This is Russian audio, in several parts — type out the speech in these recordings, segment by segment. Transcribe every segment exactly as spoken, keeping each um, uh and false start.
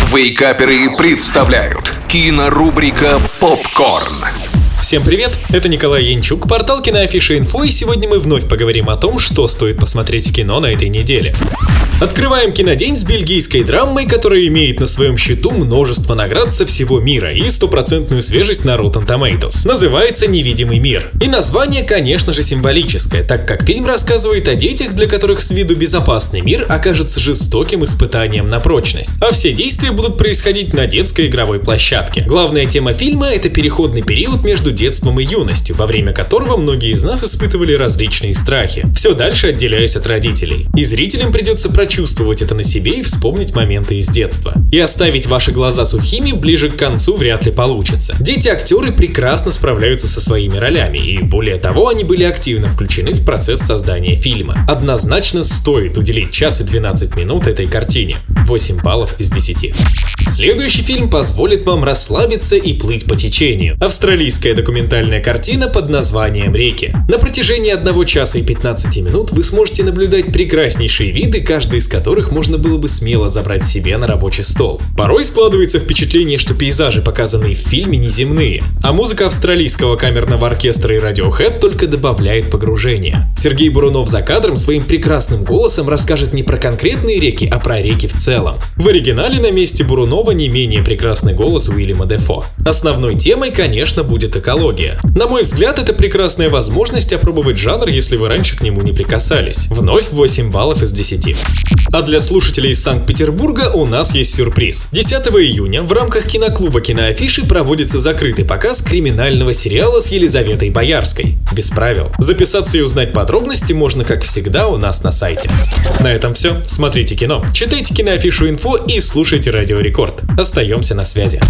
Вейкаперы представляют кинорубрика «Попкорн». Всем привет, это Николай Янчук, портал Киноафиша Инфо, и сегодня мы вновь поговорим о том, что стоит посмотреть в кино на этой неделе. Открываем кинодень с бельгийской драмой, которая имеет на своем счету множество наград со всего мира и стопроцентную свежесть на Rotten Tomatoes. Называется «Невидимый мир». И название, конечно же, символическое, так как фильм рассказывает о детях, для которых с виду безопасный мир окажется жестоким испытанием на прочность. А все действия будут происходить на детской игровой площадке. Главная тема фильма — это переходный период между детством и юностью, во время которого многие из нас испытывали различные страхи, все дальше отделяясь от родителей. И зрителям придется прочувствовать чувствовать это на себе и вспомнить моменты из детства. И оставить ваши глаза сухими ближе к концу вряд ли получится. Дети-актеры прекрасно справляются со своими ролями, и более того, они были активно включены в процесс создания фильма. Однозначно стоит уделить час и двенадцать минут этой картине. восемь баллов из десяти. Следующий фильм позволит вам расслабиться и плыть по течению. Австралийская документальная картина под названием «Реки». На протяжении одного часа и пятнадцати минут вы сможете наблюдать прекраснейшие виды, каждый из которых можно было бы смело забрать себе на рабочий стол. Порой складывается впечатление, что пейзажи, показанные в фильме, неземные, а музыка австралийского камерного оркестра и Radiohead только добавляет погружение. Сергей Бурунов за кадром своим прекрасным голосом расскажет не про конкретные реки, а про реки в целом. В оригинале на месте Бурунова не менее прекрасный голос Уильяма Дефо. Основной темой, конечно, будет экология. На мой взгляд, это прекрасная возможность опробовать жанр, если вы раньше к нему не прикасались. Вновь восемь баллов из десяти. А для слушателей из Санкт-Петербурга у нас есть сюрприз. десятого июня в рамках киноклуба «Киноафиши» проводится закрытый показ криминального сериала с Елизаветой Боярской «Без правил». Записаться и узнать подробности можно, как всегда, у нас на сайте. На этом все. Смотрите кино, читайте Киноафишу Инфо и слушайте Радио Рекорд. Остаемся на связи.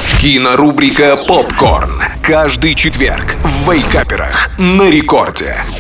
Кинорубрика «Попкорн». Каждый четверг в Вейкаперах на Рекорде.